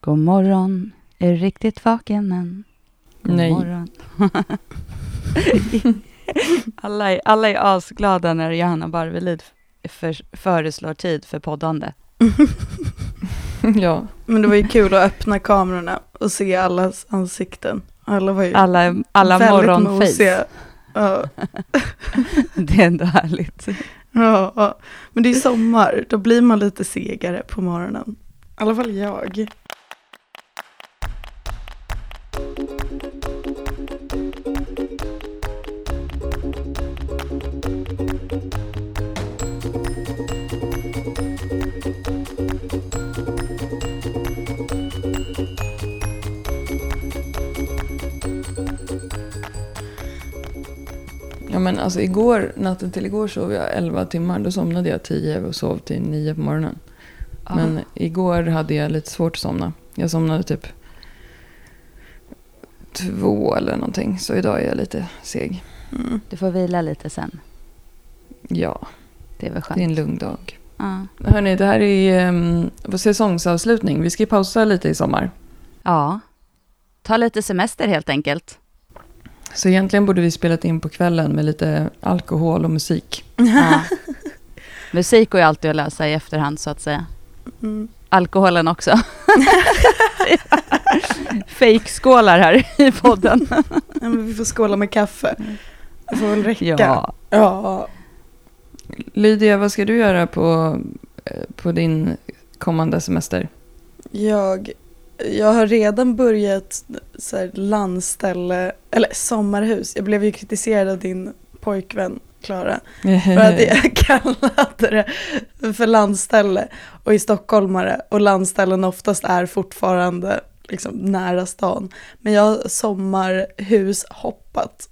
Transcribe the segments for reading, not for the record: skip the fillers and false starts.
God morgon, är du riktigt vaken än? God Nej. morgon. alla är asglada när Johanna Barvelid föreslår tid för poddande. Ja. Men det var ju kul att öppna kamerorna och se allas ansikten. Alla var ju Alla väldigt morgonface. mosiga. Ja. Det är ändå härligt. Ja, men det är sommar. Då blir man lite segare på morgonen. I alla fall jag. Ja, men alltså natten till igår sov jag 11 timmar. Då somnade jag 10 och sov till 9 på morgonen. Men igår hade jag lite svårt att somna. Jag somnade typ 2 eller någonting. Så idag är jag lite seg. Mm. Du får vila lite sen. Ja, Det är väl skönt. det är en lugn dag. Ja. Hörrni, det här är vår säsongsavslutning. Vi ska pausa lite i sommar. Ja. Ta lite semester helt enkelt. Så egentligen borde vi spelat in på kvällen med lite alkohol och musik. Ja. Musik går ju alltid att lösa i efterhand så att säga. Mm. Alkoholen också. Fake-skålar här i podden. Ja, men vi får skåla med kaffe. Det får väl räcka. Ja. Lydia, vad ska du göra på din kommande semester? Jag har redan börjat så här landställe, eller sommarhus. Jag blev ju kritiserad av din pojkvän Klara för att jag kallade det för landställe och i stockholmare, och landställen oftast är fortfarande liksom nära stan. Men jag har sommarhus hoppat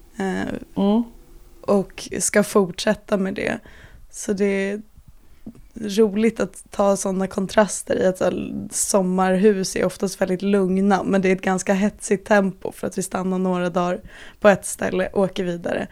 och ska fortsätta med det. Så det är roligt att ta sådana kontraster i att sommarhus är oftast väldigt lugna, men det är ett ganska hetsigt tempo för att vi stannar några dagar på ett ställe och åker vidare.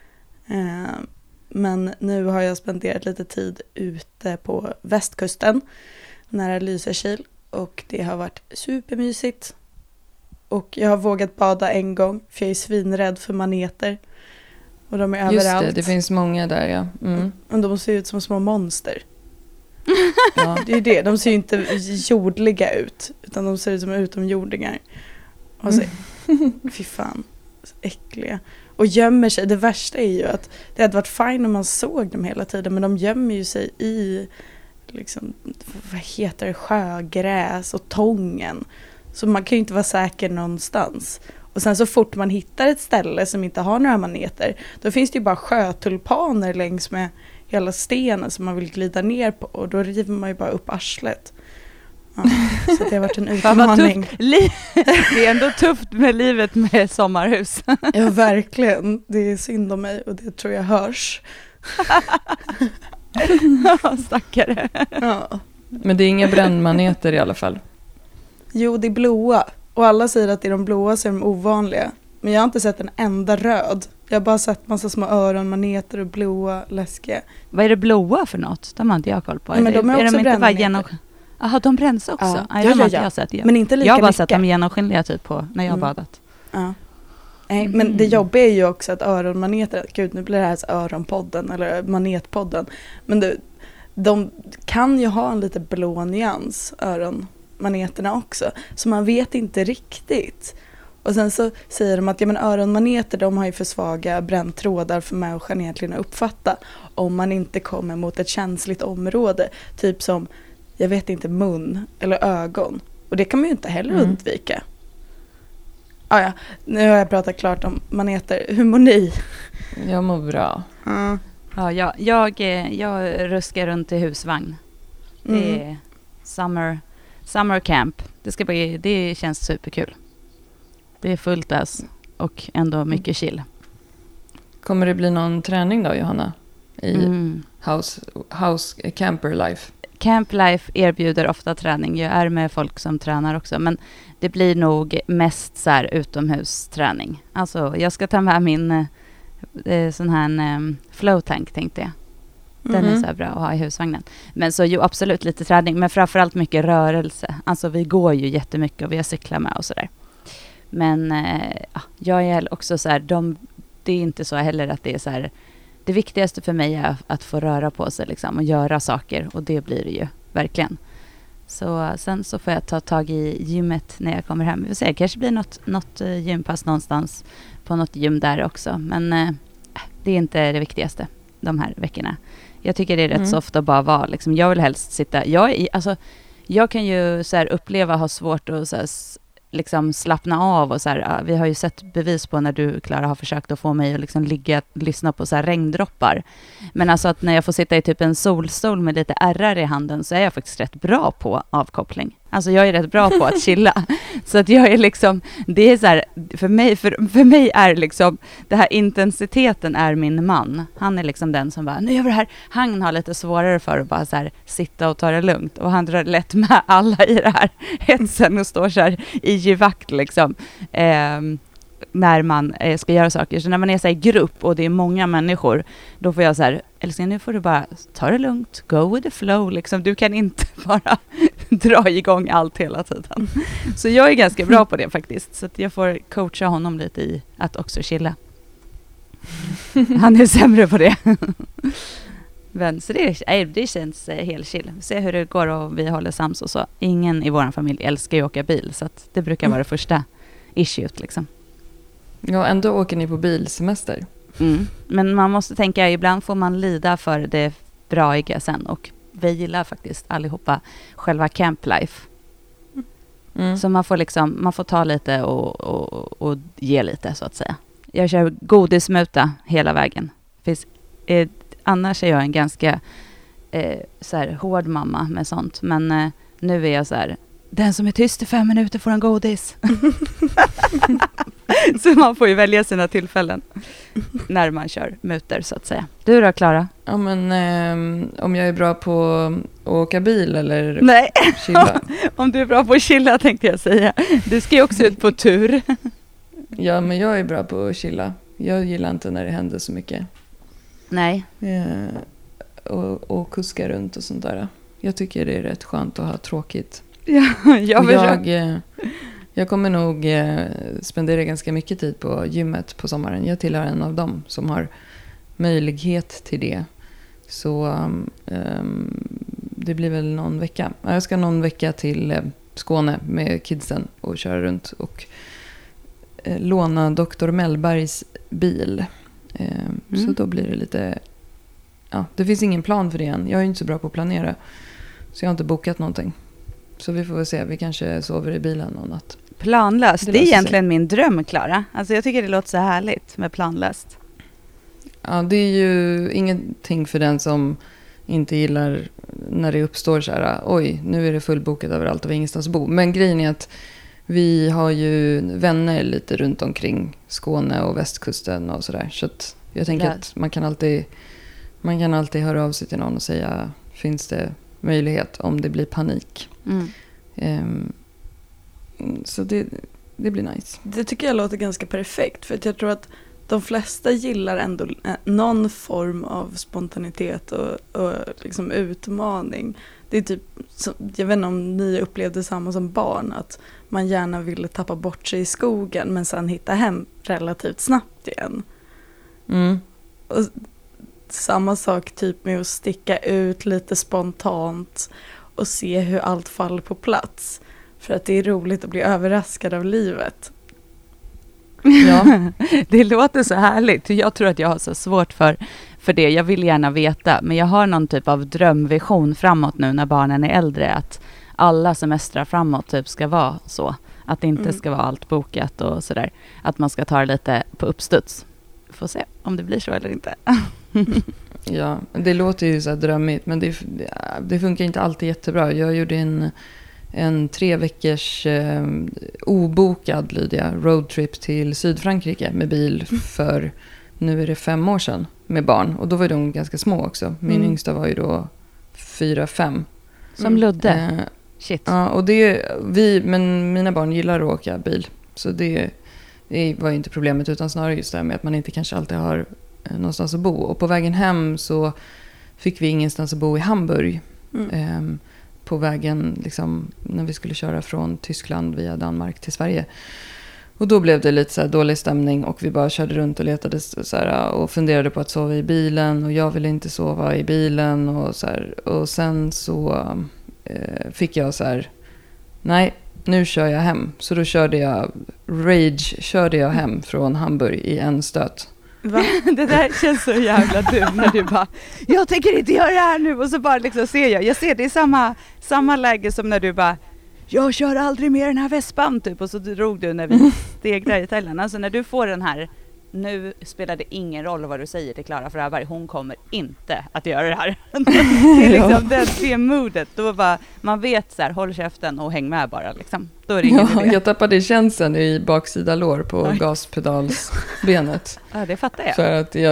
Men nu har jag spenderat lite tid ute på västkusten nära Lysekil och det har varit supermysigt. Och jag har vågat bada en gång för jag är svinrädd för maneter. Och de är överallt. Just det finns många där, ja. Mm. Och de ser ut som små monster. Ja. Det är ju det, de ser ju inte jordliga ut utan de ser ut som utomjordingar. Och så, fy fan, så äckliga. Och gömmer sig, det värsta är ju att det hade varit fine om man såg dem hela tiden, men de gömmer ju sig i liksom, vad heter det, sjögräs och tången. Så man kan ju inte vara säker någonstans. Och sen så fort man hittar ett ställe som inte har några maneter, då finns det ju bara sjötulpaner längs med hela stenen som man vill glida ner på, och då river man ju bara upp arslet. Ja, så det har varit en utmaning. Det är ändå tufft med livet med sommarhus. Ja, verkligen. Det är synd om mig och det tror jag hörs. Stackare. Ja. Men det är inga brännmaneter i alla fall. Jo, det är blåa. Och alla säger att det är de blåa som är de ovanliga. Men jag har inte sett en enda röd. Jag har bara sett massa små öronmaneter och blåa läskiga. Vad är det blåa för något? De har inte jag koll på. Ja, men de är också brännmaneter. Jaha, de bränns också? Ja, Ja, de har inte jag sett. Men inte lika jag har bara mycket. sett dem genomskinliga typ på när jag har badat. Ja. Nej, men det jobbiga är ju också att öronmaneter, gud nu blir det här så öronpodden eller manetpodden. Men de kan ju ha en lite blå nyans, öronmaneterna också. Så man vet inte riktigt. Och sen så säger de att öronmaneter, de har ju för svaga bränntrådar för människan egentligen att uppfatta. Om man inte kommer mot ett känsligt område. Typ som, jag vet inte, mun eller ögon. Och det kan man ju inte heller undvika. Ja, nu har jag pratat klart om maneter. Hur mår ni? Jag mår bra. Ja, jag ruskar runt i husvagn. Det är summer camp. Det känns superkul. Det är fullt ös och ändå mycket chill. Kommer det bli någon träning då, Johanna? I house camper life? Camp Life erbjuder ofta träning. Jag är med folk som tränar också. Men det blir nog mest så här utomhusträning. Alltså jag ska ta med min sån här flow tank tänkte jag. Den är så här bra att ha i husvagnen. Men så jo, absolut lite träning. Men framförallt mycket rörelse. Alltså vi går ju jättemycket och vi har cyklat med och sådär. Men jag är också så här, det är inte så heller att det är så här, det viktigaste för mig är att få röra på sig liksom, och göra saker, och det blir det ju verkligen. Så sen så får jag ta tag i gymmet när jag kommer hem. Vi får se, det kanske blir något gympass någonstans på något gym där också, men det är inte det viktigaste de här veckorna. Jag tycker det är rätt så ofta att bara vara liksom, jag vill helst sitta, jag kan ju så här uppleva, ha svårt att så här, liksom slappna av och så här, vi har ju sett bevis på när du, Klara, har försökt att få mig att liksom lyssna på så här regndroppar. Men alltså att när jag får sitta i typ en solstol med lite ärrar i handen så är jag faktiskt rätt bra på avkoppling. Alltså jag är rätt bra på att chilla. Så att jag är liksom, det är så här, för mig är liksom, det här intensiteten är min man. Han är liksom den som bara, nu gör vi det här. Han har lite svårare för att bara så här sitta och ta det lugnt. Och han drar lätt med alla i det här hetsen och står så här i givakt liksom. När man ska göra saker. Så när man är så här i grupp och det är många människor, då får jag så här, älskling, nu får du bara ta det lugnt, go with the flow liksom. Du kan inte bara dra igång allt hela tiden. Så jag är ganska bra på det faktiskt. Så att jag får coacha honom lite i att också chilla. Han är sämre på det. Men så det känns helt chill. Se hur det går och vi håller sams och så. Ingen i vår familj älskar ju att åka bil, så att det brukar vara det första issuet liksom. Ja, ändå åker ni på bilsemester. Men man måste tänka, ibland får man lida för det braiga sen. Och vi gillar faktiskt allihopa själva camp life. Så man får ta lite och ge lite, så att säga. Jag kör godismuta hela vägen. Annars är jag en ganska så här, hård mamma med sånt. Men nu är jag så här, den som är tyst i 5 minuter får en godis. Så man får ju välja sina tillfällen när man kör muter, så att säga. Du då, Klara? Ja, men om jag är bra på att åka bil eller Nej. chilla? Om du är bra på att chilla, tänkte jag säga. Du ska ju också ut på tur. Ja, men jag är bra på att chilla. Jag gillar inte när det händer så mycket. Nej. Och kuska runt och sånt där. Jag tycker det är rätt skönt att ha tråkigt. Ja, jag kommer nog spendera ganska mycket tid på gymmet på sommaren. Jag tillhör en av dem som har möjlighet till det. Så det blir väl någon vecka. Jag ska någon vecka till Skåne med kidsen och köra runt och låna Dr. Mellbergs bil. Så då blir det lite... Ja, det finns ingen plan för det än. Jag är inte så bra på att planera. Så jag har inte bokat någonting. Så vi får väl se. Vi kanske sover i bilen någon natt. Planlöst. Det är egentligen min dröm, Klara. Alltså jag tycker det låter så härligt med planlöst. Ja, det är ju ingenting för den som inte gillar när det uppstår så här, oj, nu är det fullbokat överallt och vi har ingenstans att bo. Men grejen är att vi har ju vänner lite runt omkring Skåne och västkusten och sådär. Så att jag tänker att man kan alltid höra av sig till någon och säga, finns det möjlighet om det blir panik. Så det blir nice. Det tycker jag låter ganska perfekt, för att jag tror att de flesta gillar ändå någon form av spontanitet och liksom utmaning. Det är typ, jag vet inte om ni upplevde samma som barn, att man gärna ville tappa bort sig i skogen men sen hitta hem relativt snabbt igen. Och samma sak typ med att sticka ut lite spontant och se hur allt faller på plats. För att det är roligt att bli överraskad av livet. Ja, det låter så härligt. Jag tror att jag har så svårt för det. Jag vill gärna veta, men jag har någon typ av drömvision framåt nu när barnen är äldre, att alla semestrar framåt typ ska vara så. Att det inte ska vara allt bokat och sådär. Att man ska ta det lite på uppstuds. Får se om det blir så eller inte. Ja, det låter ju så här drömmigt, men det funkar inte alltid jättebra. Jag gjorde en 3 veckors obokad roadtrip till Sydfrankrike med bil för, nu är det 5 år sedan, med barn. Och då var de ganska små också. Min yngsta var ju då 4-5. Som Ludde. Shit. Ja, och men mina barn gillar att åka bil. Så det var ju inte problemet, utan snarare just det här med att man inte kanske alltid har någonstans att bo. Och på vägen hem så fick vi ingenstans att bo i Hamburg. På vägen liksom, när vi skulle köra från Tyskland via Danmark till Sverige. Och då blev det lite så här dålig stämning och vi bara körde runt och letade så här, och funderade på att sova i bilen och jag ville inte sova i bilen och så här. Och sen så fick jag så här, nej, nu kör jag hem. Så då körde jag hem från Hamburg i en stöt. Va? Det där känns så jävla dumt när du bara, jag tänker inte göra det här nu. Och så bara liksom jag ser det i samma läge som när du bara, jag kör aldrig mer den här vespan typ. Och så drog du när vi steg där i Thailand. Alltså när du får den här, nu spelar det ingen roll vad du säger till Clara Fröberg, hon kommer inte att göra det här. Det är liksom det modet. Då bara, man vet så här, håll käften och häng med bara liksom. Då är det ingen idé. Jag tappade känseln i baksida lår på gaspedalsbenet. Ja, det fattar jag. För att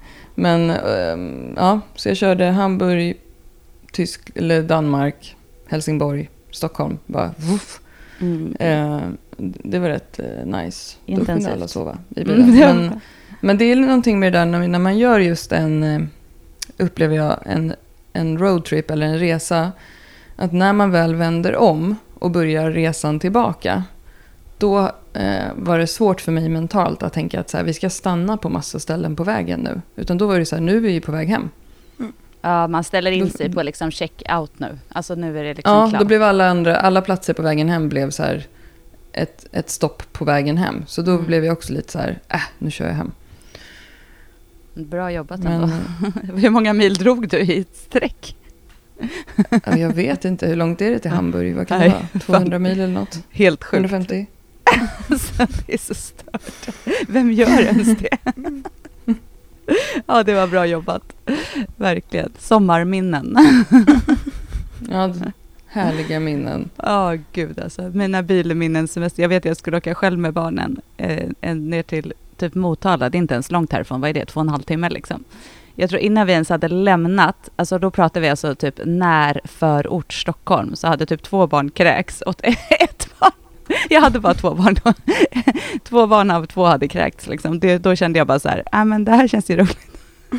så jag körde Hamburg, eller Danmark, Helsingborg, Stockholm. Bara woof. Det var rätt nice. Intensivt. Då kunde alla sova i bilen. Men det är någonting med det där när man gör just upplever jag en roadtrip eller en resa. Att när man väl vänder om och börjar resan tillbaka. Då var det svårt för mig mentalt att tänka att så här, vi ska stanna på massa ställen på vägen nu. Utan då var det så här, nu är vi på väg hem. Ja, man ställer in sig på liksom check out nu. Alltså nu är det liksom klart. Då blev alla platser på vägen hem blev så här ett stopp på vägen hem. Så då blev jag också lite så här, nu kör jag hem. Bra jobbat ändå. Hur många mil drog du i ett sträck? Jag vet inte, hur långt är det till Hamburg? Vad kan det vara? 200 mil eller något? Helt sjukt. 150? Det är så stört. Vem gör ens det? Ja, det var bra jobbat. Verkligen. Sommarminnen. Ja, härliga minnen. Ja, gud alltså. Mina bilminnen semester. Jag vet att jag skulle åka själv med barnen ner till typ Motala. Det är inte ens långt härifrån. Vad är det? 2,5 timmar liksom. Jag tror innan vi ens hade lämnat, alltså då pratade vi alltså typ när förort Stockholm, så hade typ 2 barn kräks åt ett barn. Jag hade bara 2 barn då. 2 barn av 2 hade kräkts liksom. Då kände jag bara så här, men det här känns ju roligt.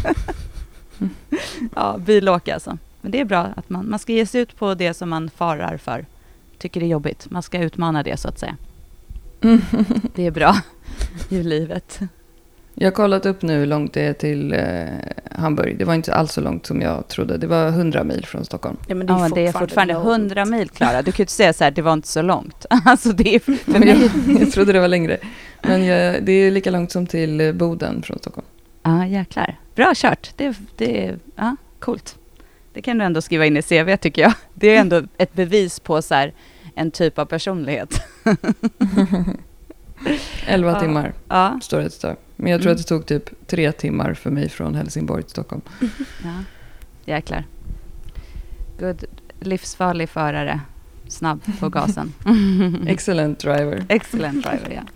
Ja, bilåka alltså. Men det är bra att man ska ge sig ut på det som man farar för. Tycker det är jobbigt. Man ska utmana det så att säga. Det är bra i livet. Jag har kollat upp nu hur långt det är till Hamburg. Det var inte alls så långt som jag trodde. Det var 100 mil från Stockholm. Ja, men det är fortfarande 100 mil, Klara. Du kan ju inte säga så här, det var inte så långt. Alltså det är för mig. Jag trodde det var längre. Men det är lika långt som till Boden från Stockholm. Ja, jäklar. Bra kört. Det är coolt. Det kan du ändå skriva in i CV tycker jag. Det är ändå ett bevis på så här, en typ av personlighet. 11 timmar står det ett tag. Men jag tror att det tog typ 3 timmar för mig från Helsingborg till Stockholm. Ja, jäklar. Good. Livsfarlig förare. Snabb på gasen. Excellent driver. Excellent driver, ja.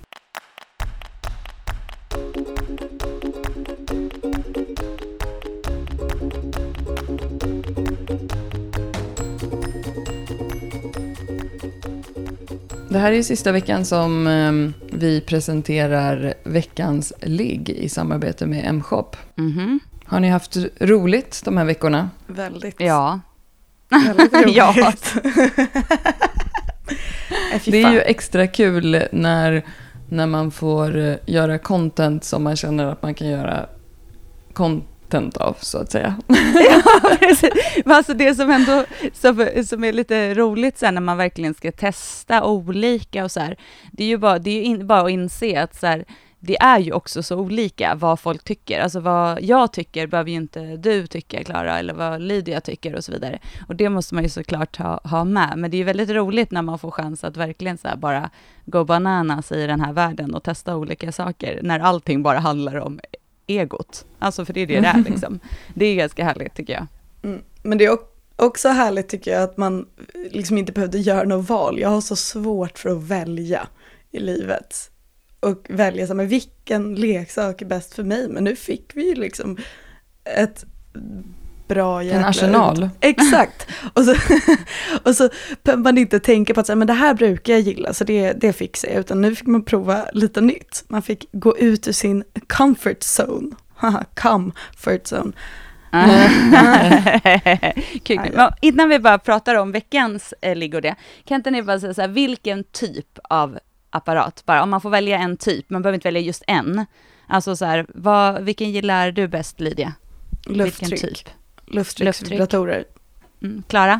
Det här är sista veckan som vi presenterar veckans ligg i samarbete med M-shop. Mm-hmm. Har ni haft roligt de här veckorna? Väldigt. Ja. Väldigt roligt. Ja. Det är ju extra kul när man får göra content som man känner att man kan göra content av, så att säga. Ja, precis. Men alltså det som ändå som är lite roligt så här, när man verkligen ska testa olika och så här, det är ju bara att inse att så här, det är ju också så olika vad folk tycker. Alltså vad jag tycker behöver ju inte du tycka, Klara, eller vad Lydia tycker och så vidare. Och det måste man ju såklart ha med. Men det är ju väldigt roligt när man får chans att verkligen så här bara gå bananas i den här världen och testa olika saker. När allting bara handlar om egot. Alltså för det är det där liksom. Det är ganska härligt tycker jag. Men det är också härligt tycker jag att man liksom inte behövde göra något val. Jag har så svårt för att välja i livet. Och välja så, men vilken leksak är bäst för mig? Men nu fick vi ju liksom ett bra jäkla... En arsenal. Exakt. och så behöver man inte tänka på att så, men det här brukar jag gilla så det fixar jag. Utan nu fick man prova lite nytt. Man fick gå ut ur sin comfort zone. Comfort zone. Kul. Men innan vi bara pratar om veckans ligg och det, kan inte ni bara säga så här, vilken typ av apparat, bara om man får välja en typ, man behöver inte välja just en. Alltså så här, vilken gillar du bäst, Lydia? Luftryck. Vilken typ? Luftrycksvibratorer. Klara?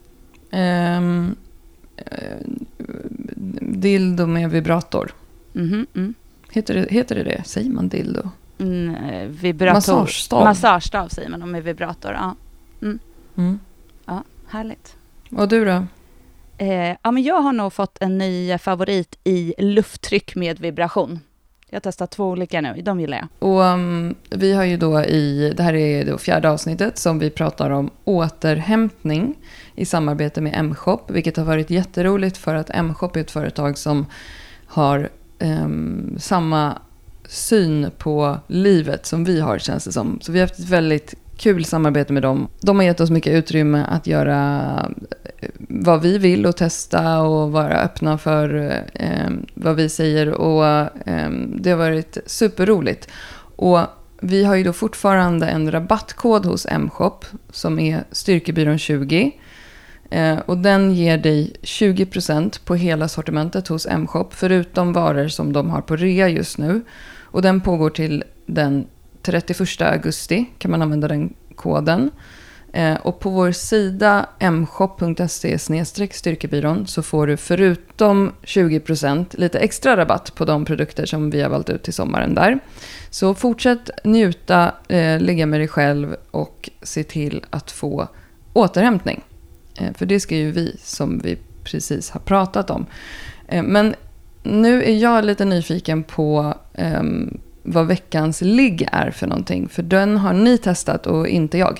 Dildo med vibrator. Heter det? Säger man dildo? Vibrator. Massagestav säger man med vibrator. Ja. Ja, härligt. Och du då? Ja, men jag har nog fått en ny favorit i lufttryck med vibration. Jag har testat 2 olika nu, de gillar jag. Och vi har ju då det här är då 4:e avsnittet som vi pratar om återhämtning i samarbete med M-shop, vilket har varit jätteroligt för att M-shop är ett företag som har samma syn på livet som vi har, känns det som. Så vi har haft ett väldigt kul samarbete med dem. De har gett oss mycket utrymme att göra vad vi vill och testa och vara öppna för vad vi säger. Och det har varit superroligt. Och vi har ju då fortfarande en rabattkod hos M-shop som är Styrkebyrån 20. Och den ger dig 20% på hela sortimentet hos M-shop, förutom varor som de har på rea just nu. Och den pågår till den 31 augusti, kan man använda den koden. Och på vår sida mshop.se/styrkebyrån så får du förutom 20% lite extra rabatt på de produkter som vi har valt ut till sommaren där. Så fortsätt njuta, ligga med dig själv och se till att få återhämtning. För det ska ju vi, som vi precis har pratat om. Men nu är jag lite nyfiken på vad veckans ligg är för någonting. För den har ni testat och inte jag.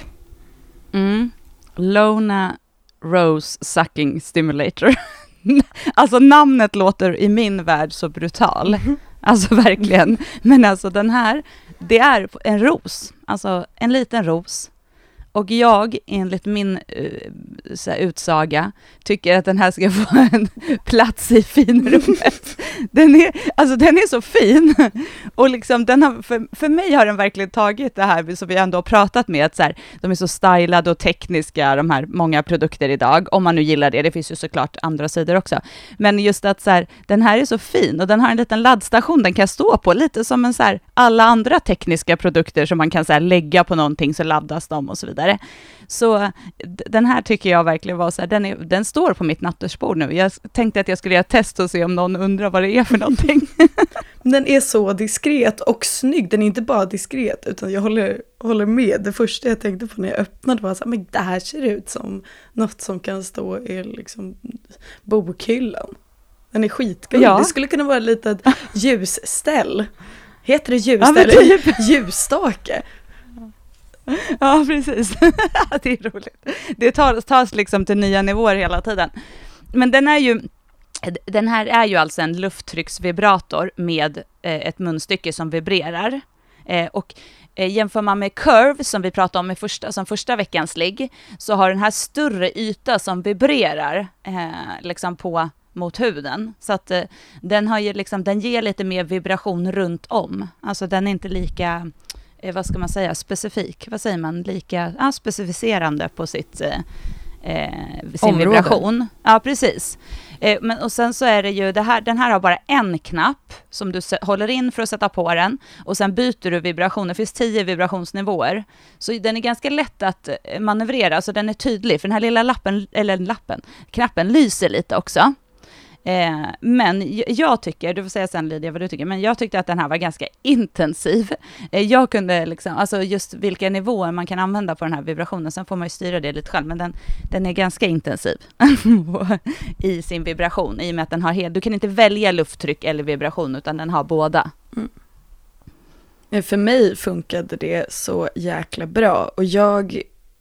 Lona Rose Sucking Stimulator. Alltså namnet låter i min värld så brutal. Alltså verkligen. Men alltså den här, det är en ros. Alltså en liten ros. Och jag, enligt min utsaga, tycker att den här ska få en plats i finrummet. Den är så fin. Och liksom, den har, för mig har den verkligen tagit det här som vi ändå har pratat med. Att så här, de är så stylade och tekniska, de här många produkter idag. Om man nu gillar det. Det finns ju såklart andra sidor också. Men just att så här, den här är så fin. Och den har en liten laddstation den kan stå på. Lite som en så här, alla andra tekniska produkter som man kan så här, lägga på någonting så laddas de och så vidare. Så den här tycker jag verkligen var så här, den står på mitt nattduksbord nu. Jag tänkte att jag skulle göra ett test och se om någon undrar vad det är för någonting. Den är så diskret och snygg. Den är inte bara diskret utan jag håller med. Det första jag tänkte på när jag öppnade var så här, men det här ser ut som något som kan stå i liksom bokhyllan. Den är skitgullig. Ja. Det skulle kunna vara ett litet ljusställ. Heter det ljusställ? Ja, typ. Ljusstake. Ja, precis. Det är roligt. Det tas liksom till nya nivåer hela tiden. Men den här är ju alltså en lufttrycksvibrator med ett munstycke som vibrerar. Och jämför man med Curve som vi pratade om som första veckans ligg, så har den här större yta som vibrerar liksom mot huden. Så att den ger lite mer vibration runt om. Alltså den är inte lika vad ska man säga, specifik, vad säger man, lika specificerande på sin vibration. Ja, precis. Men och sen så är det ju den här har bara en knapp som du håller in för att sätta på den och sen byter du vibration. Det finns 10 vibrationsnivåer. Så den är ganska lätt att manövrera, så den är tydlig för den här lilla knappen lyser lite också. Men jag tycker, du får säga sen Lydia vad du tycker, men jag tyckte att den här var ganska intensiv. Jag kunde liksom, alltså just vilka nivåer man kan använda på den här vibrationen, sen får man ju styra det lite själv, men den är ganska intensiv i sin vibration, i och med att den har du kan inte välja lufttryck eller vibration utan den har båda. För mig funkade det så jäkla bra och jag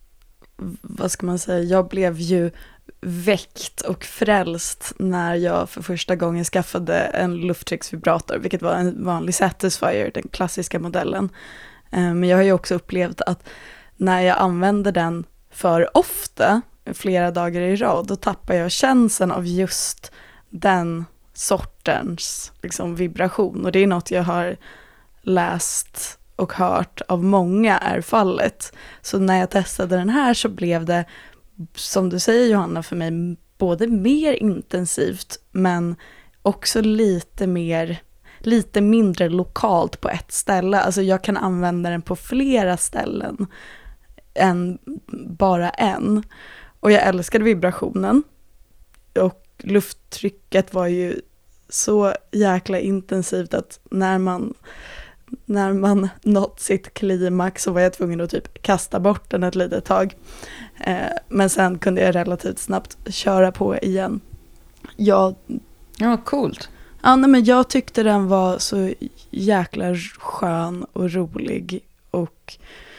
blev ju väckt och frälst när jag för första gången skaffade en lufttrycksvibrator, vilket var en vanlig Satisfyer, den klassiska modellen. Men jag har ju också upplevt att när jag använder den för ofta, flera dagar i rad, då tappar jag känslan av just den sortens liksom, vibration. Och det är något jag har läst och hört av många är fallet. Så när jag testade den här så blev det, som du säger Johanna, för mig både mer intensivt men också lite mindre lokalt på ett ställe. Alltså jag kan använda den på flera ställen än bara en. Och jag älskade vibrationen. Och lufttrycket var ju så jäkla intensivt att när man nått sitt klimax så var jag tvungen att typ kasta bort den ett litet tag. Men sen kunde jag relativt snabbt köra på igen. Ja, coolt. Ja, nej, men jag tyckte den var så jäkla skön och rolig. Och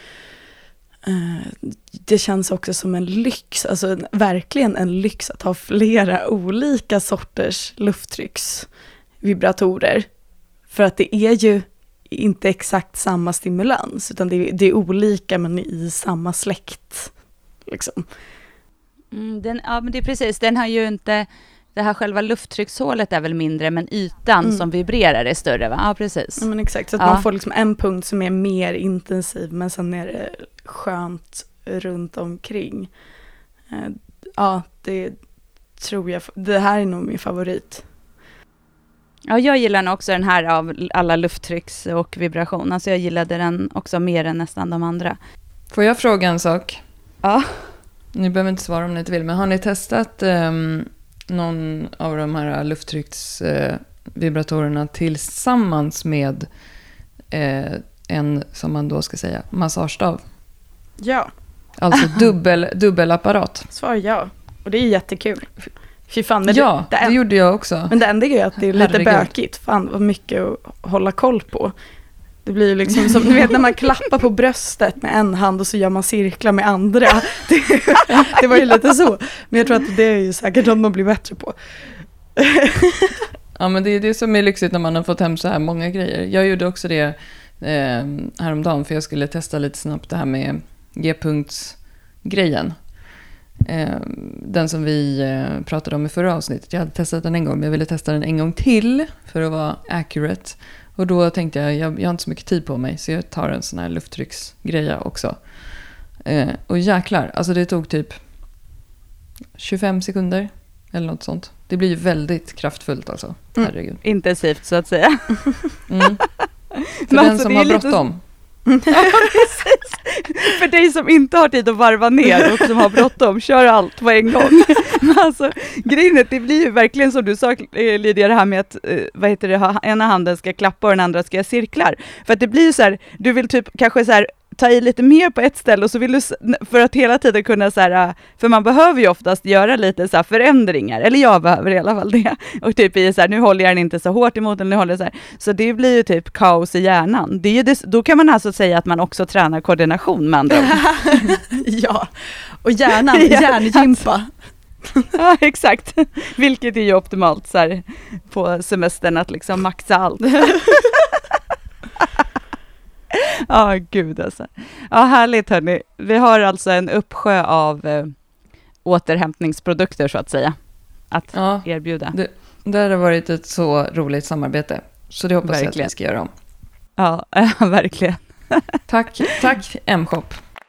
det känns också som en lyx. Alltså verkligen en lyx att ha flera olika sorters lufttrycksvibratorer. För att det är ju inte exakt samma stimulans, utan det är olika men i samma släkt. Liksom. Men det är precis. Den har ju inte... Det här själva lufttryckshålet är väl mindre, men ytan som vibrerar är större, va? Ja, precis. Ja, men exakt. Så att man får liksom en punkt som är mer intensiv, men sen är det skönt runt omkring. Ja, det tror jag. Det här är nog min favorit. Ja, jag gillar den också, den här av alla lufttrycks och vibration. Alltså jag gillade den också mer än nästan de andra. Får jag fråga en sak? Ja. Ni behöver inte svara om ni inte vill, men har ni testat någon av de här lufttrycksvibratorerna tillsammans med en, som man då ska säga, massagestav? Ja. Alltså dubbelapparat. Svar ja. Och det är jättekul. Fy fan, men det gjorde jag också. Men det enda är att det är lite bökigt. Fan vad mycket att hålla koll på. Det blir ju liksom som, du vet när man klappar på bröstet med en hand och så gör man cirklar med andra. Det var ju lite så. Men jag tror att det är ju säkert något man blir bättre på. Ja, men det är det som är lyxigt när man har fått hem så här många grejer. Jag gjorde också det häromdagen för jag skulle testa lite snabbt det här med G-punktsgrejen. Den som vi pratade om i förra avsnittet. Jag hade testat den en gång, men jag ville testa den en gång till för att vara accurate. Och då tänkte jag har inte så mycket tid på mig, så jag tar en sån här lufttrycksgreja också. Och jäklar, alltså det tog typ 25 sekunder eller något sånt. Det blir ju väldigt kraftfullt alltså. Herregud. Intensivt så att säga. För den som har bråttom. Ja, precis. För dig som inte har tid att varva ner och som har bråttom, kör allt på en gång. Men alltså, grejen är, det blir ju verkligen som du sa, Lydia, det här med att ena handen ska klappa och den andra ska cirklar. För att det blir ju så här, du vill typ kanske så här ta i lite mer på ett ställe och så vill du, för att hela tiden kunna så här, för man behöver ju oftast göra lite så här förändringar, eller jag behöver i alla fall det, och typ i så här, nu håller jag den inte så hårt emot den, nu håller jag så här, så det blir ju typ kaos i hjärnan. Det är ju det, då kan man alltså säga att man också tränar koordination med andra ord. Ja, och hjärngympa. Ja, exakt. Vilket är ju optimalt så här, på semestern att liksom maxa allt. Ja, gud alltså. Ja, härligt hörni. Vi har alltså en uppsjö av återhämtningsprodukter så att säga att erbjuda. Det har varit ett så roligt samarbete. Så det hoppas jag att vi ska göra om. Ja, verkligen. Tack M-shop.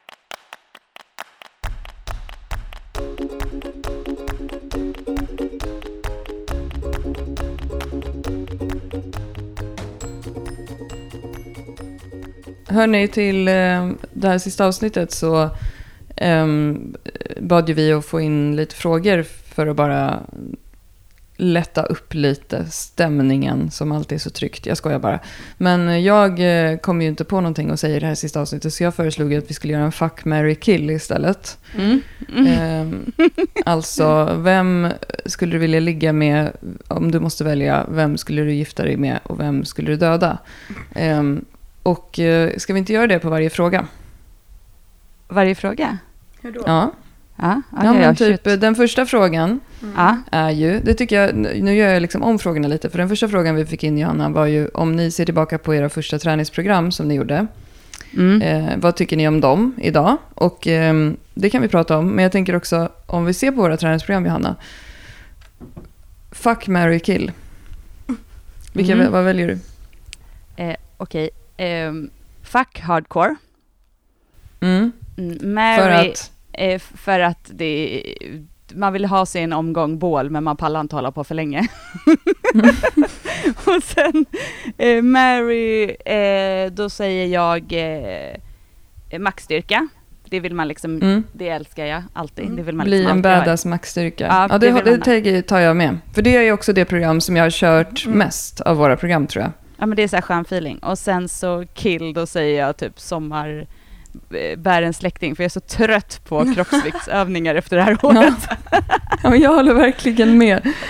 Hörrni, till det här sista avsnittet så bad ju vi att få in lite frågor för att bara lätta upp lite stämningen som alltid är så tryckt. Jag skojar bara. Men jag kom ju inte på någonting att säga i det här sista avsnittet, så jag föreslog att vi skulle göra en fuck, marry, kill istället. Alltså, vem skulle du vilja ligga med om du måste välja? Vem skulle du gifta dig med och vem skulle du döda? Och ska vi inte göra det på varje fråga? Varje fråga? Hur då? Ja. Ja, men typ den första frågan är ju, det tycker jag, nu gör jag liksom om frågorna lite, för den första frågan vi fick in, Johanna, var ju om ni ser tillbaka på era första träningsprogram som ni gjorde. Vad tycker ni om dem idag? Och det kan vi prata om, men jag tänker också, om vi ser på våra träningsprogram, Johanna, fuck, marry, kill. Vad väljer du? Okej. Fuck hardcore. Mm. Mary för att man vill ha sig en omgång bål, men man pallar inte hålla på för länge. Och sen Mary, då säger jag maxstyrka. Det vill man liksom, det älskar jag alltid. Det vill man bli liksom en badass maxstyrka. Ja, det tar jag med. För det är ju också det program som jag har kört mest av våra program, tror jag. Ja, men det är så här skön feeling. Och sen så kill, då säger jag typ bärens släkting, för jag är så trött på kroppsviktsövningar efter det här året. Ja, men jag håller verkligen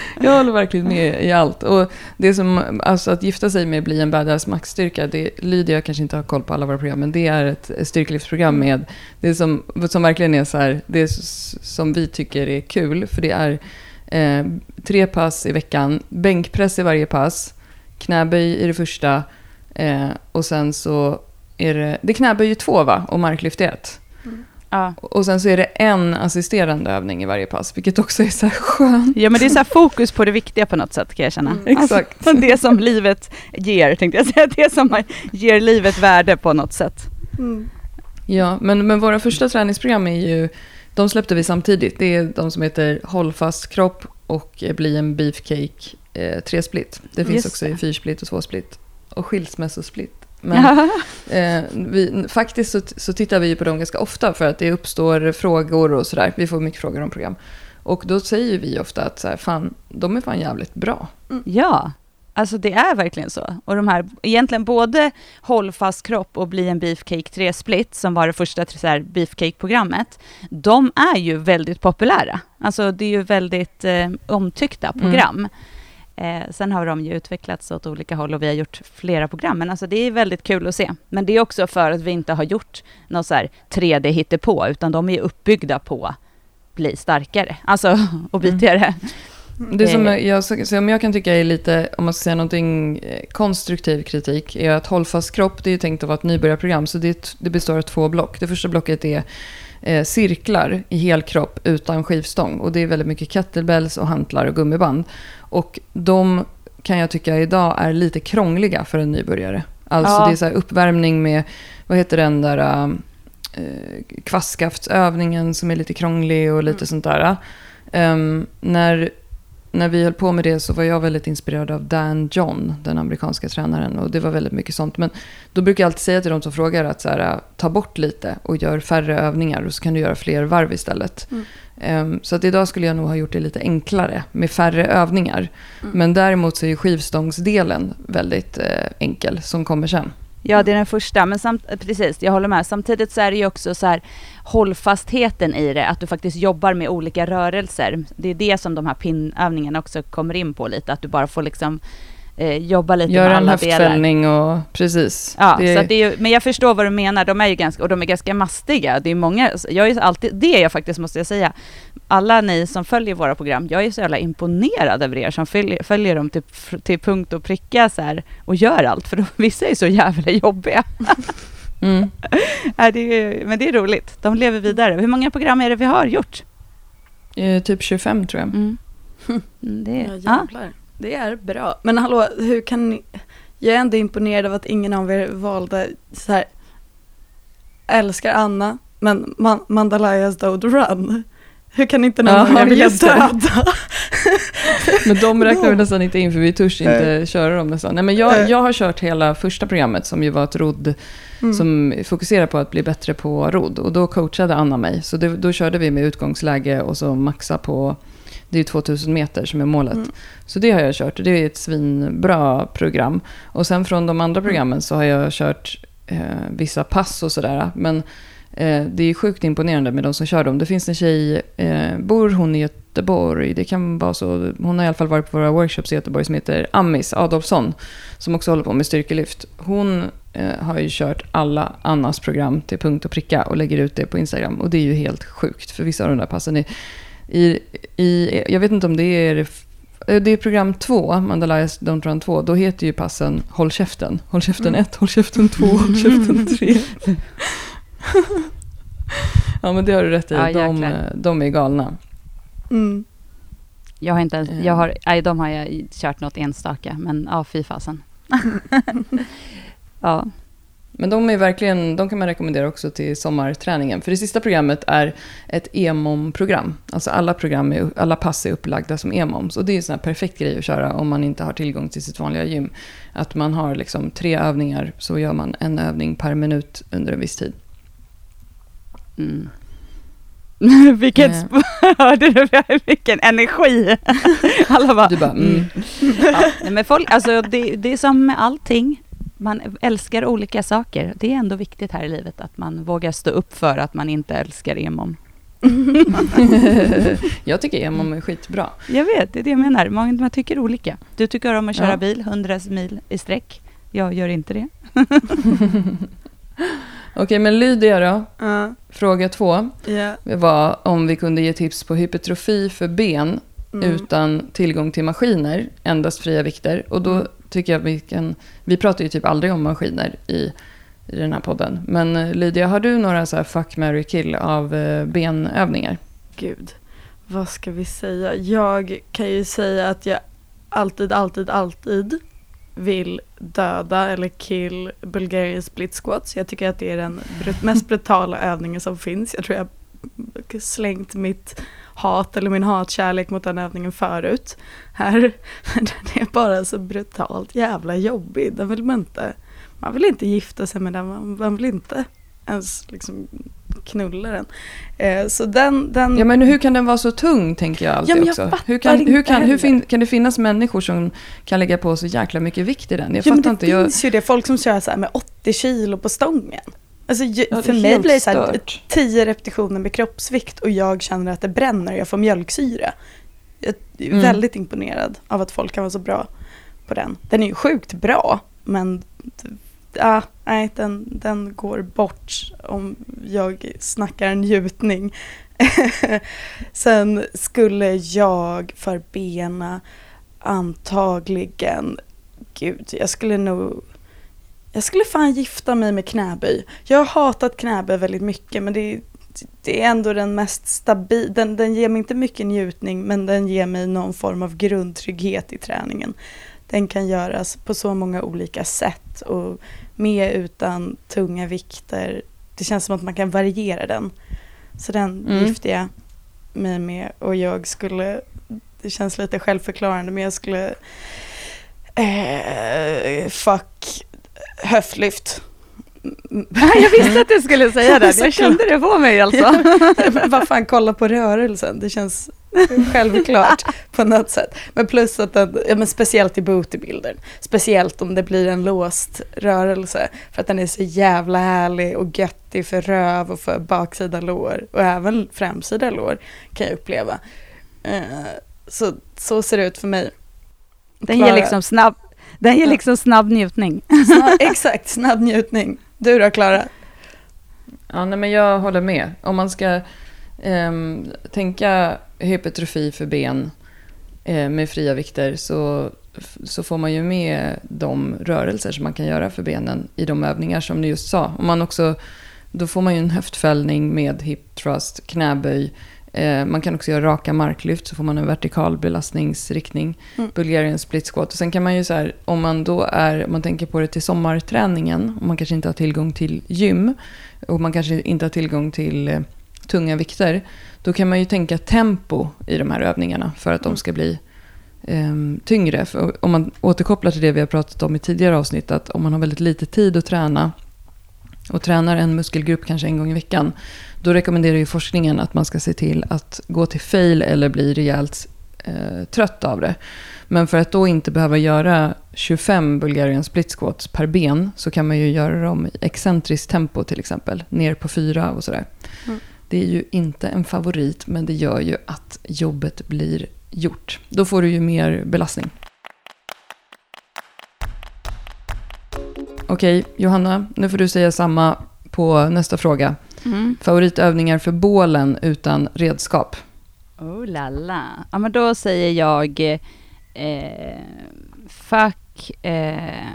med i allt. Och det som, alltså att gifta sig med bli en badass maxstyrka, det lyder jag kanske inte har koll på alla våra program, men det är ett styrkelyftsprogram med det som verkligen är så här, det som vi tycker är kul, för det är 3 pass i veckan, bänkpress i varje pass, knäböj i det första, och sen så är det knäböj 2 va? Och marklyft 1. Ja. Och sen så är det en assisterande övning i varje pass, vilket också är så här skönt. Ja, men det är så här fokus på det viktiga på något sätt, kan jag känna. Exakt. Alltså, det som livet ger, tänkte jag säga. Det som ger livet värde på något sätt. Ja, men våra första träningsprogram är ju, de släppte vi samtidigt. Det är de som heter Håll fast kropp och Bli en beefcake 3-split. Det finns också i 4-split och 2-split. Och skilsmässosplit. Men faktiskt så tittar vi på dem ganska ofta, för att det uppstår frågor och sådär. Vi får mycket frågor om program. Och då säger vi ofta att så här, fan, de är fan jävligt bra. Ja, alltså det är verkligen så. Och de här, egentligen både Håll fast kropp och Bli en beefcake 3-split, som var det första så här beefcake-programmet, de är ju väldigt populära. Alltså det är ju väldigt omtyckta program. Sen har de ju utvecklats åt olika håll och vi har gjort flera program. Men alltså det är väldigt kul att se. Men det är också för att vi inte har gjort något så här 3D hittepå, utan de är uppbyggda på bli starkare. Alltså, och bitigare. Det som jag kan tycka är lite, om man ska säga någonting konstruktiv kritik, är att Håll fast kropp, det är ju tänkt att vara ett nybörjarprogram, så det består av 2 block. Det första blocket är cirklar i hel kropp utan skivstång, och det är väldigt mycket kettlebells och hantlar och gummiband, och de kan jag tycka idag är lite krångliga för en nybörjare. Alltså det är så här uppvärmning med, vad heter den där kvastskaftsövningen som är lite krånglig och lite sånt där. När vi höll på med det så var jag väldigt inspirerad av Dan John, den amerikanska tränaren, och det var väldigt mycket sånt. Men då brukar jag alltid säga till de som frågar att så här, ta bort lite och gör färre övningar, och så kan du göra fler varv istället. Så att idag skulle jag nog ha gjort det lite enklare med färre övningar. Men däremot så är ju skivstångsdelen väldigt enkel, som kommer sen. Ja, det är den första, men precis, jag håller med. Samtidigt så är det ju också så här hållfastheten i det, att du faktiskt jobbar med olika rörelser. Det är det som de här pinnövningarna också kommer in på lite, att du bara får liksom jobba lite med alla delar. Gör en höftfällning och precis. Ja, så att det är ju, men jag förstår vad du menar. De är ju ganska mastiga. Det är många, jag är alltid, det är jag faktiskt, måste jag säga. Alla ni som följer våra program, jag är så jävla imponerad över er som följer dem till punkt och pricka så här, och gör allt, för vissa är så jävla jobbiga. Men det är roligt. De lever vidare. Hur många program är det vi har gjort? Typ 25 tror jag. Det är bra. Men hallå, hur kan ni... Jag är ändå imponerad av att ingen av er valde så här... Älskar Anna, men Mandalayas Dode Run. Hur kan inte någon av er vilja döda? Men de räknar vi nästan inte in, för vi törs inte köra dem nästan. Nej, men jag har kört hela första programmet, som ju var ett rodd som fokuserar på att bli bättre på rodd. Och då coachade Anna mig. Så då körde vi med utgångsläge och så maxa på... Det är 2000 meter som är målet. Så det har jag kört. Det är ett svinbra program. Och sen från de andra programmen så har jag kört vissa pass och sådär. Men det är sjukt imponerande med de som kör dem. Det finns en tjej, bor hon i Göteborg? Det kan vara så. Hon har i alla fall varit på våra workshops i Göteborg, som heter Amis Adolfsson, som också håller på med styrkelyft. Hon har ju kört alla Annas program till punkt och pricka och lägger ut det på Instagram. Och det är ju helt sjukt, för vissa av de där passen jag vet inte om det är program 2, Mandalayas Don't Run 2, då heter ju passen Håll käften. Håll käften 1, håll käften 2, håll käften 3. Ja, men det har du rätt i. De är galna. Jag har inte de har jag kört något enstaka, men fy fasen. Ja. Men de kan man rekommendera också till sommarträningen. För det sista programmet är ett EMOM-program. Alltså alla pass är upplagda som EMOMs. Och det är en sån här perfekt grej att köra om man inte har tillgång till sitt vanliga gym. Att man har liksom 3 övningar, så gör man en övning per minut under en viss tid. Mm. Hörde du vilken energi? Alla bara, du bara Ja, men folk, alltså det är som med allting. Man älskar olika saker. Det är ändå viktigt här i livet att man vågar stå upp för att man inte älskar EMOM. Jag tycker EMOM är skitbra. Jag vet, det är det jag menar. Man tycker olika. Du tycker om att köra bil 100 mil i sträck. Jag gör inte det. Okej, men Lydia då? Fråga 2 Yeah. var om vi kunde ge tips på hypertrofi för ben utan tillgång till maskiner, endast fria vikter. Och då tycker jag vi pratar ju typ aldrig om maskiner i den här podden. Men Lydia, har du några så här fuck, marry, kill av benövningar? Gud, vad ska vi säga? Jag kan ju säga att jag alltid vill döda eller kill Bulgarian split squats. Jag tycker att det är den mest brutala övningen som finns. Jag tror jag har slängt mitt hat eller min hatkärlek mot den övningen förut. Här, men den är bara så brutalt jävla jobbig. Den vill man vill inte gifta sig med den. Man vill inte ens liksom knulla den. Så den... Ja, men hur kan den vara så tung, tänker jag alltid också. Hur kan det finnas människor som kan lägga på så jäkla mycket vikt i den? Jag fattar inte. Det finns ju det. Folk som kör så här med 80 kilo på stången. Alltså, för mig blir det så här 10 repetitioner med kroppsvikt och jag känner att det bränner och jag får mjölksyra. Jag är väldigt imponerad av att folk kan vara så bra på den. Den är ju sjukt bra, men nej, den går bort om jag snackar njutning. Sen skulle jag för bena antagligen, jag skulle fan gifta mig med knäböj. Jag har hatat knäböj väldigt mycket, men det är ändå den mest stabil. Den ger mig inte mycket njutning, men den ger mig någon form av grundtrygghet i träningen. Den kan göras på så många olika sätt och med utan tunga vikter. Det känns som att man kan variera den. Så den gifte jag mig med, och jag skulle, det känns lite självförklarande, men jag skulle fuck höftlyft. Jag visste att du skulle säga det. Jag kände det på mig alltså. Vad fan, kolla på rörelsen. Det känns självklart på något sätt. Men plus att men speciellt i bootybilden. Speciellt om det blir en låst rörelse. För att den är så jävla härlig och göttig för röv och för baksida lår. Och även framsida lår kan jag uppleva. Så ser det ut för mig. Den ger liksom snabb njutning. Exakt, snabb njutning. Du då, Klara? Ja, nej, men jag håller med. Om man ska tänka hypertrofi för ben med fria vikter, så får man ju med de rörelser som man kan göra för benen i de övningar som ni just sa. Då får man ju en höftfällning med hip thrust, knäböj. Man kan också göra raka marklyft, så får man en vertikal belastningsriktning. Bulgarian split squat. Och sen kan man ju så här, om man tänker på det till sommarträningen, om man kanske inte har tillgång till gym och man kanske inte har tillgång till tunga vikter, då kan man ju tänka tempo i de här övningarna för att de ska bli tyngre. För om man återkopplar till det vi har pratat om i tidigare avsnitt, att om man har väldigt lite tid att träna och tränar en muskelgrupp kanske en gång i veckan, då rekommenderar ju forskningen att man ska se till att gå till fail eller bli rejält trött av det. Men för att då inte behöva göra 25 Bulgarian split squats per ben, så kan man ju göra dem i excentriskt tempo till exempel, ner på 4 och sådär. Det är ju inte en favorit, men det gör ju att jobbet blir gjort. Då får du ju mer belastning. Okej, Johanna, nu får du säga samma på nästa fråga. Favoritövningar för bålen utan redskap? Oh lala. Ja, men då säger jag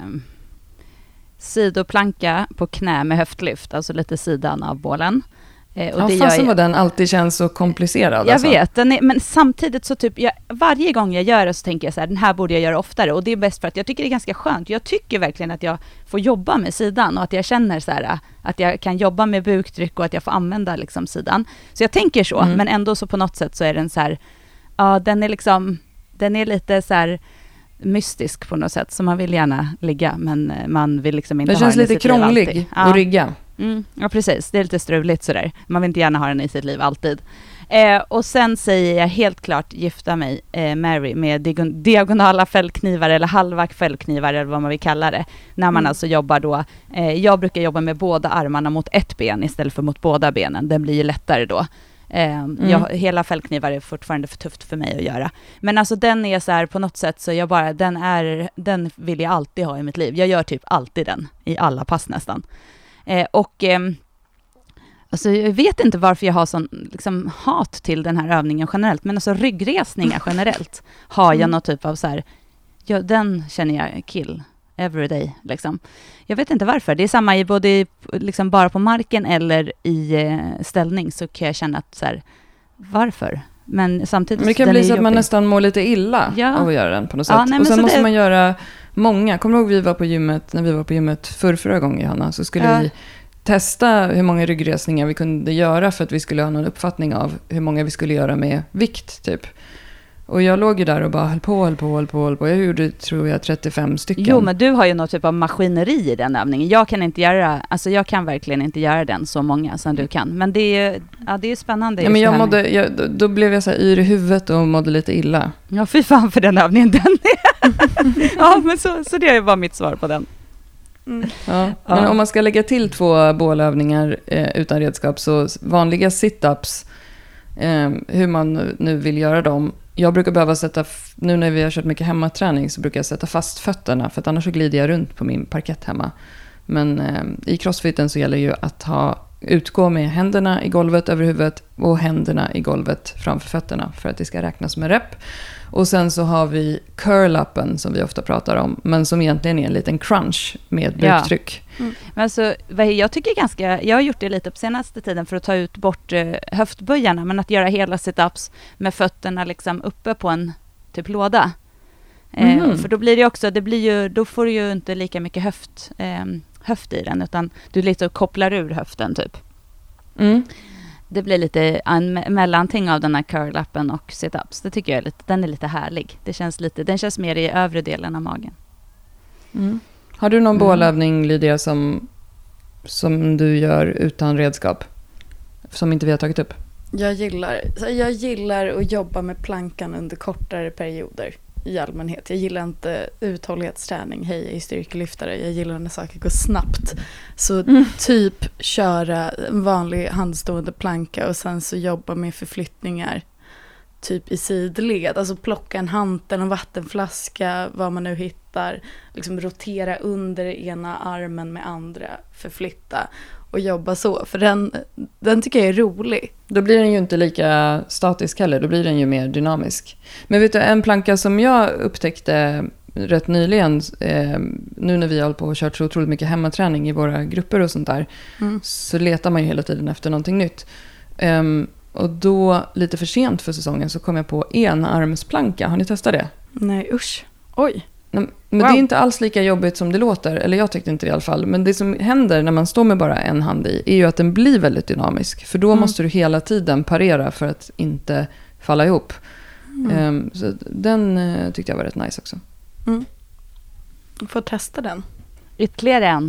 sidoplanka på knä med höftlyft, alltså lite sidan av bålen. Och det fasen vad den alltid känns så komplicerad. Jag vet, men samtidigt så typ, varje gång jag gör det så tänker jag så här, den här borde jag göra oftare. Och det är bäst för att jag tycker det är ganska skönt. Jag tycker verkligen att jag får jobba med sidan och att jag känner så här, att jag kan jobba med buktryck och att jag får använda liksom sidan. Så jag tänker så, men ändå så på något sätt så är den så här, ja, den är lite så här mystisk på något sätt, så man vill gärna ligga, men man vill liksom inte ha den i sitt liv. Den känns lite krånglig att rigga. Ja, precis. Det är lite struligt sådär. Man vill inte gärna ha den i sitt liv alltid. Och sen säger jag helt klart gifta mig, Mary, med diagonala fällknivar eller halva fällknivar eller vad man vill kalla det. När man alltså jobbar då. Jag brukar jobba med båda armarna mot ett ben istället för mot båda benen. Den blir ju lättare då. Hela fällknivar är fortfarande för tufft för mig att göra. Men alltså den är så här på något sätt, så jag bara, den vill jag alltid ha i mitt liv. Jag gör typ alltid den i alla pass nästan. Alltså jag vet inte varför jag har sån liksom hat till den här övningen generellt, men alltså ryggresningar generellt har jag någon typ av så här, den känner jag kill every day liksom. Jag vet inte varför. Det är samma i både liksom bara på marken eller i ställning, så kan jag känna att så här, varför? Men samtidigt, men det kan bli så att man nästan mår lite illa av att göra den på något sätt. Och sen måste man göra många. Kommer du ihåg när vi var på gymmet förra gången, Johanna, så skulle vi testa hur många ryggresningar vi kunde göra för att vi skulle ha någon uppfattning av hur många vi skulle göra med vikt typ. Och jag låg ju där och bara höll på. Jag gjorde, tror jag, 35 stycken. Jo, men du har ju något typ av maskineri i den övningen. Jag kan verkligen inte göra den så många som du kan. Men det är ju spännande. Ja, men då blev jag så här yr i huvudet och mådde lite illa. Ja, fy fan för den övningen. Ja, men så det var mitt svar på den. Ja. Men om man ska lägga till 2 bålövningar utan redskap, så vanliga sit-ups, hur man nu vill göra dem. Jag brukar behöva nu när vi har kört mycket hemmaträning, så brukar jag sätta fast fötterna, för att annars så glider jag runt på min parkett hemma. Men i crossfiten så gäller ju att utgå med händerna i golvet över huvudet och händerna i golvet framför fötterna för att det ska räknas som en rep. Och sen så har vi curl-upen som vi ofta pratar om, men som egentligen är en liten crunch med buktryck. Ja. Men alltså, jag tycker jag har gjort det lite på senaste tiden för att ta ut bort höftböjarna, men att göra hela sit-ups med fötterna liksom uppe på en typ låda. För då blir det också, då får du ju inte lika mycket höft i den, utan du lite kopplar ur höften typ. Det blir lite en mellanting av den här curl-upen och sit-ups. Det tycker jag den är lite härlig. Den känns mer i övre delen av magen. Har du någon bålövning, Lydia, som du gör utan redskap? Som inte vi har tagit upp? Jag gillar att jobba med plankan under kortare perioder i allmänhet. Jag gillar inte uthållighetsträning. Hej, jag är styrkelyftare. Jag gillar när saker går snabbt. Så typ köra en vanlig handstående planka och sen så jobba med förflyttningar typ i sidled. Alltså plocka en hantel, en vattenflaska, vad man nu hittar. Liksom rotera under ena armen med andra. Förflytta och jobba så. För den tycker jag är rolig. Då blir den ju inte lika statisk heller. Då blir den ju mer dynamisk. Men vet du, en planka som jag upptäckte rätt nyligen, nu när vi har hållit på och kört så otroligt mycket hemmaträning i våra grupper och sånt där, så letar man ju hela tiden efter någonting nytt. Och då, lite för sent för säsongen, så kom jag på enarmsplanka. Har ni testat det? Nej, usch. Oj. Men det är inte alls lika jobbigt som det låter. Eller jag tyckte inte det i alla fall. Men det som händer när man står med bara en hand i är ju att den blir väldigt dynamisk. För då måste du hela tiden parera för att inte falla ihop. Så den tyckte jag var rätt nice också. Du får testa den. Ytterligare en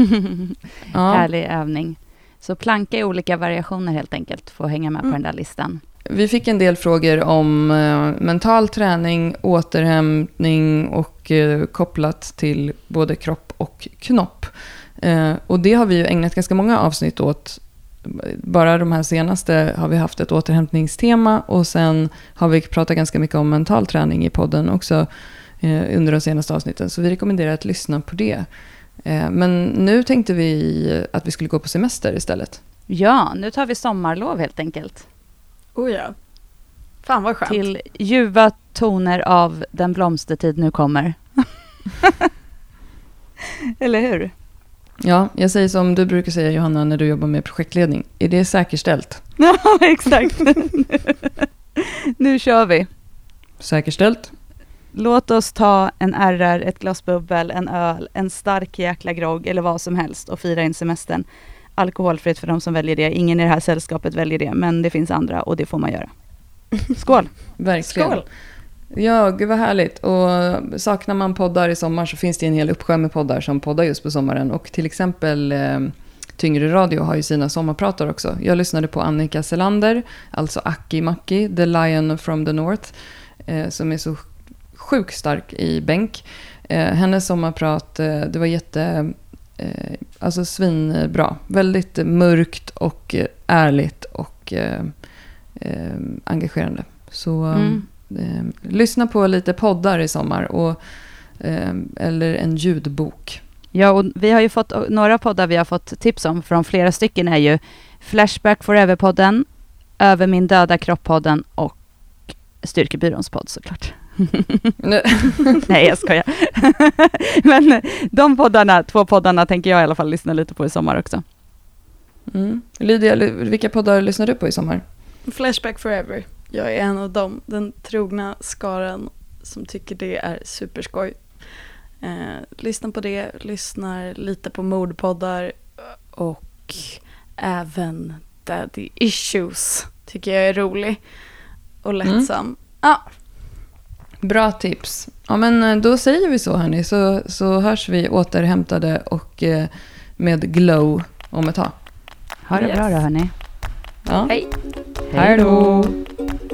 härlig övning. Så planka i olika variationer helt enkelt. Får hänga med på den där listan. Vi fick en del frågor om mental träning, återhämtning och kopplat till både kropp och knopp. Och det har vi ju ägnat ganska många avsnitt åt. Bara de här senaste har vi haft ett återhämtningstema och sen har vi pratat ganska mycket om mental träning i podden också under de senaste avsnitten. Så vi rekommenderar att lyssna på det. Men nu tänkte vi att vi skulle gå på semester istället. Ja, nu tar vi sommarlov helt enkelt. Oh ja. Fan vad skönt. Till ljuva toner av den blomstertid nu kommer. Eller hur? Ja, jag säger som du brukar säga, Johanna, när du jobbar med projektledning. Är det säkerställt? Ja, exakt. Nu kör vi. Säkerställt. Låt oss ta en RR, ett glas bubbel, en öl, en stark jäkla grogg eller vad som helst och fira in semestern. Alkoholfritt för de som väljer det. Ingen i det här sällskapet väljer det, men det finns andra och det får man göra. Skål! Verkligen. Skål! Ja, gud vad härligt. Och saknar man poddar i sommar så finns det en hel uppsjö med poddar som poddar just på sommaren. Och till exempel Tyngre Radio har ju sina sommarpratar också. Jag lyssnade på Annika Selander, alltså Aki Maki, The Lion from the North, som är så sjukt stark i bänk. Hennes sommarprat, det var alltså svinbra. Väldigt mörkt och ärligt och engagerande. Så lyssna på lite poddar i sommar och, eller en ljudbok. Ja, och vi har ju fått några poddar vi har fått tips om från flera stycken är ju Flashback Forever-podden, Över min döda kropp-podden och Styrkebyråns podd såklart. Nej, jag skojar. Men de poddarna, 2 poddarna tänker jag i alla fall lyssna lite på i sommar också. Lydia, vilka poddar lyssnar du på i sommar? Flashback Forever. Jag är en av dem, den trogna skaran som tycker det är superskoj. Lyssnar på det, lyssnar lite på mordpoddar och även Daddy Issues tycker jag är rolig och lättsam. Ja. Bra tips. Ja, men då säger vi så hörni, så hörs vi återhämtade och med glow om ett tag. Ha det bra då hörni. Ja. Hej. Hej då.